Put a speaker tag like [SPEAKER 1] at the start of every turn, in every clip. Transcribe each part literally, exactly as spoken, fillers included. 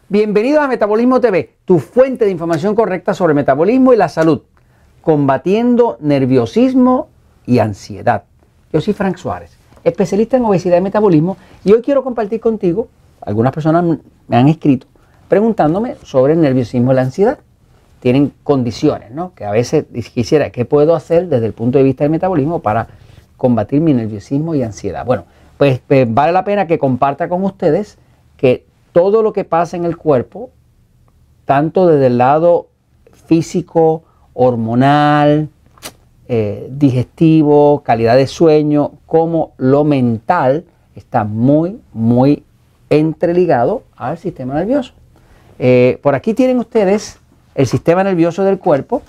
[SPEAKER 1] Bienvenidos a Metabolismo T V, tu fuente de información correcta sobre el metabolismo y la salud, combatiendo nerviosismo y ansiedad. Yo soy Frank Suárez, especialista en obesidad y metabolismo, y hoy quiero compartir contigo, algunas personas me han escrito preguntándome sobre el nerviosismo y la ansiedad. Tienen condiciones, ¿no? Que a veces quisiera, ¿qué puedo hacer desde el punto de vista del metabolismo para combatir mi nerviosismo y ansiedad? Bueno, pues, pues vale la pena que comparta con ustedes que todo lo que pasa en el cuerpo, tanto desde el lado físico, hormonal, eh, digestivo, calidad de sueño, como lo mental, está muy, muy entreligado al sistema nervioso. Eh, por aquí tienen ustedes el sistema nervioso del cuerpo.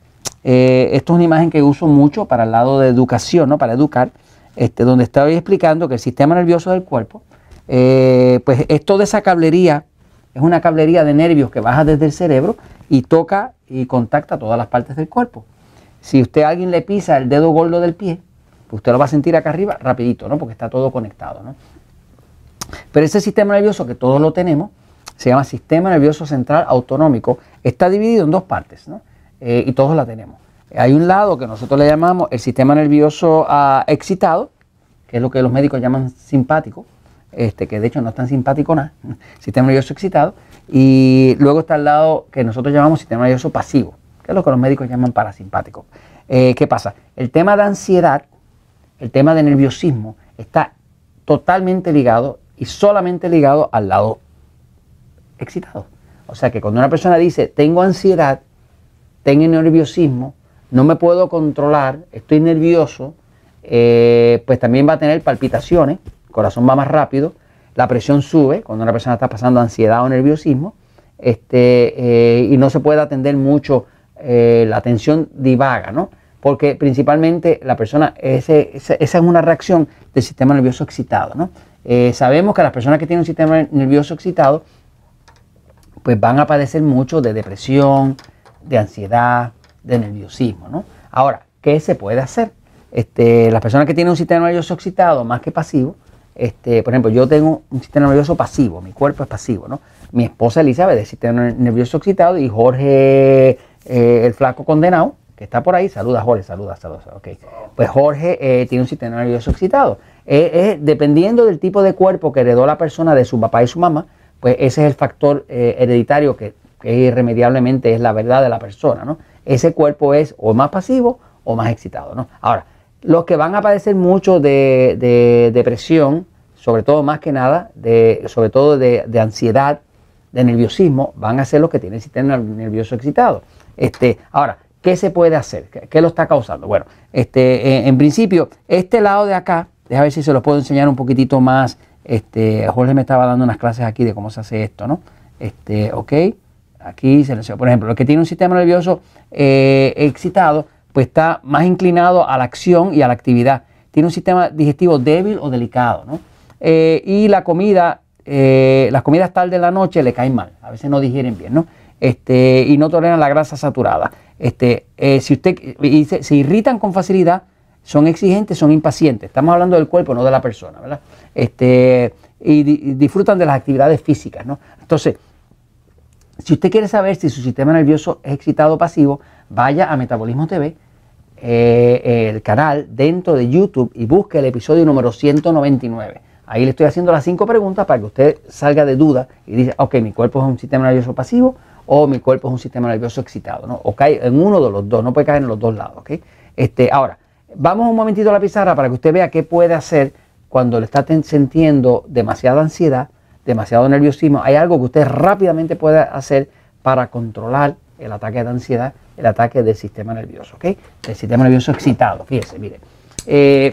[SPEAKER 1] Eh, esto es una imagen que uso mucho para el lado de educación, ¿no? Para educar, este, donde estoy explicando que el sistema nervioso del cuerpo, eh, pues es toda esa cablería, es una cablería de nervios que baja desde el cerebro y toca y contacta todas las partes del cuerpo. Si usted a alguien le pisa el dedo gordo del pie, pues usted lo va a sentir acá arriba rapidito, ¿no? Porque está todo conectado, ¿no? Pero ese sistema nervioso que todos lo tenemos, se llama sistema nervioso central autonómico, está dividido en dos partes, ¿no? Eh, y todos la tenemos. Hay un lado que nosotros le llamamos el sistema nervioso uh, excitado, que es lo que los médicos llaman simpático, este, que de hecho no es tan simpático nada, sistema nervioso excitado, y luego está el lado que nosotros llamamos sistema nervioso pasivo, que es lo que los médicos llaman parasimpático. Eh, ¿Qué pasa? El tema de ansiedad, el tema de nerviosismo, está totalmente ligado y solamente ligado al lado excitado. O sea que cuando una persona dice, tengo ansiedad, tengo nerviosismo, no me puedo controlar, estoy nervioso, eh, pues también va a tener palpitaciones, el corazón va más rápido, la presión sube cuando una persona está pasando ansiedad o nerviosismo, este, eh, y no se puede atender mucho, eh, la atención divaga, ¿no? Porque principalmente la persona, ese, ese, esa es una reacción del sistema nervioso excitado, ¿no? Eh, sabemos que las personas que tienen un sistema nervioso excitado, pues van a padecer mucho de depresión, de ansiedad, de nerviosismo, ¿no? Ahora, ¿qué se puede hacer? Este, las personas que tienen un sistema nervioso excitado más que pasivo, este, por ejemplo, yo tengo un sistema nervioso pasivo, mi cuerpo es pasivo, ¿no? Mi esposa Elizabeth es sistema nervioso excitado y Jorge, eh, el flaco condenado, que está por ahí, saluda Jorge, saluda, saluda, ok. Pues Jorge eh, tiene un sistema nervioso excitado. Eh, eh, dependiendo del tipo de cuerpo que heredó la persona de su papá y su mamá, pues ese es el factor eh, hereditario que, que irremediablemente es la verdad de la persona, ¿no? Ese cuerpo es o más pasivo o más excitado, ¿no? Ahora, los que van a padecer mucho de, de depresión, sobre todo más que nada, de, sobre todo de, de ansiedad, de nerviosismo, van a ser los que tienen el sistema nervioso excitado. Este, ahora, ¿qué se puede hacer? ¿Qué, qué lo está causando? Bueno, este, en, en principio, este lado de acá, déjame ver si se los puedo enseñar un poquitito más. Este, Jorge me estaba dando unas clases aquí de cómo se hace esto, ¿no? Este, ok, aquí se les, por ejemplo, el que tiene un sistema nervioso eh, excitado, pues está más inclinado a la acción y a la actividad. Tiene un sistema digestivo débil o delicado, ¿no? Eh, y la comida, eh, las comidas tarde de la noche le caen mal, a veces no digieren bien, ¿no? Este, y no toleran la grasa saturada. Este, eh, si usted, y se, se irritan con facilidad, son exigentes, son impacientes. Estamos hablando del cuerpo, no de la persona, ¿verdad? Este, y, di, y disfrutan de las actividades físicas, ¿no? Entonces, si usted quiere saber si su sistema nervioso es excitado o pasivo, vaya a Metabolismo T V, eh, el canal dentro de YouTube, y busque el episodio número ciento noventa y nueve. Ahí le estoy haciendo las cinco preguntas para que usted salga de duda y diga, ok, mi cuerpo es un sistema nervioso pasivo o mi cuerpo es un sistema nervioso excitado, ¿no? O cae en uno de los dos, no puede caer en los dos lados, ¿ok? Este, ahora, vamos un momentito a la pizarra para que usted vea qué puede hacer cuando le está sintiendo demasiada ansiedad, demasiado nerviosismo. Hay algo que usted rápidamente puede hacer para controlar el ataque de ansiedad, el ataque del sistema nervioso, ¿ok? El sistema nervioso excitado, fíjese, mire. Eh,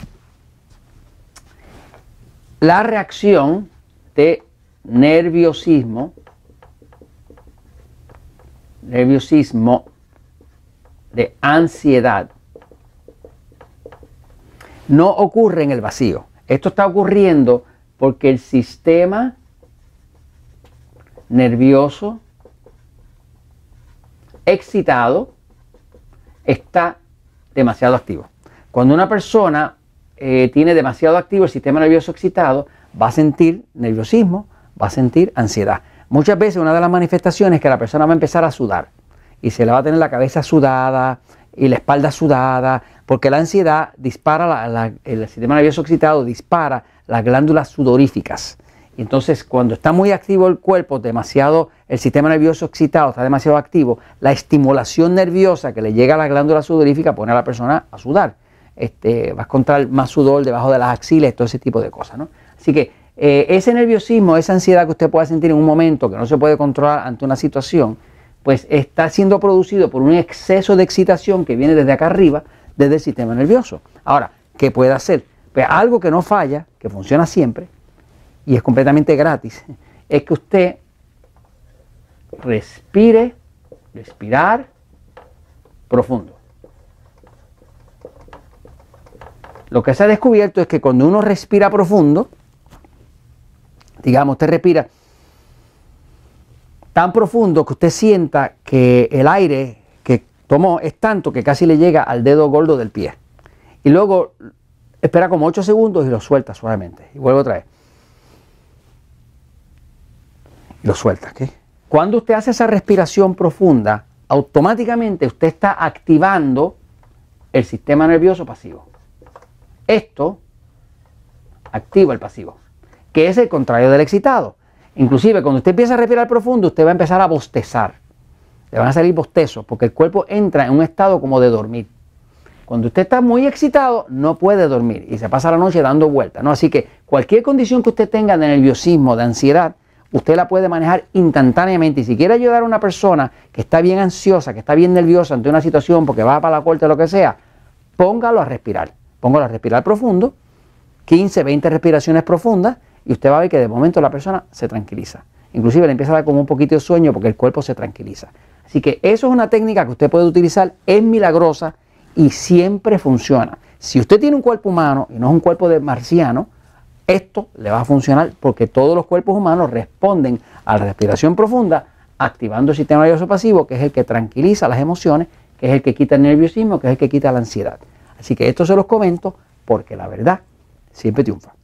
[SPEAKER 1] la reacción de nerviosismo, nerviosismo, de ansiedad, no ocurre en el vacío. Esto está ocurriendo porque el sistema nervioso excitado está demasiado activo. Cuando una persona eh, tiene demasiado activo el sistema nervioso excitado, va a sentir nerviosismo, va a sentir ansiedad. Muchas veces una de las manifestaciones es que la persona va a empezar a sudar y se le va a tener la cabeza sudada y la espalda sudada, porque la ansiedad dispara, la, la, el sistema nervioso excitado dispara las glándulas sudoríficas. Y entonces cuando está muy activo el cuerpo, demasiado, el sistema nervioso excitado está demasiado activo, la estimulación nerviosa que le llega a la glándula sudorífica pone a la persona a sudar. Este, va a encontrar más sudor debajo de las axilas, todo ese tipo de cosas, ¿no? Así que eh, ese nerviosismo, esa ansiedad que usted pueda sentir en un momento que no se puede controlar ante una situación, pues está siendo producido por un exceso de excitación que viene desde acá arriba, desde el sistema nervioso. Ahora, ¿qué puede hacer? Pues algo que no falla, que funciona siempre, y es completamente gratis, es que usted respire, respirar profundo. Lo que se ha descubierto es que cuando uno respira profundo, digamos, usted respira tan profundo que usted sienta que el aire que tomó es tanto que casi le llega al dedo gordo del pie. Y luego espera como ocho segundos y lo suelta suavemente. Y vuelve otra vez. Y lo suelta. ¿Okay? Cuando usted hace esa respiración profunda, automáticamente usted está activando el sistema nervioso pasivo. Esto activa el pasivo, que es el contrario del excitado. Inclusive cuando usted empieza a respirar profundo, usted va a empezar a bostezar. Le van a salir bostezos porque el cuerpo entra en un estado como de dormir. Cuando usted está muy excitado, no puede dormir y se pasa la noche dando vueltas, ¿no? Así que cualquier condición que usted tenga de nerviosismo, de ansiedad, usted la puede manejar instantáneamente. Y si quiere ayudar a una persona que está bien ansiosa, que está bien nerviosa ante una situación porque va para la corte o lo que sea, póngalo a respirar. Póngalo a respirar profundo, quince, veinte respiraciones profundas, y usted va a ver que de momento la persona se tranquiliza. Inclusive le empieza a dar como un poquito de sueño porque el cuerpo se tranquiliza. Así que eso es una técnica que usted puede utilizar, es milagrosa y siempre funciona. Si usted tiene un cuerpo humano y no es un cuerpo de marciano, esto le va a funcionar porque todos los cuerpos humanos responden a la respiración profunda activando el sistema nervioso pasivo, que es el que tranquiliza las emociones, que es el que quita el nerviosismo, que es el que quita la ansiedad. Así que esto se los comento porque la verdad siempre triunfa.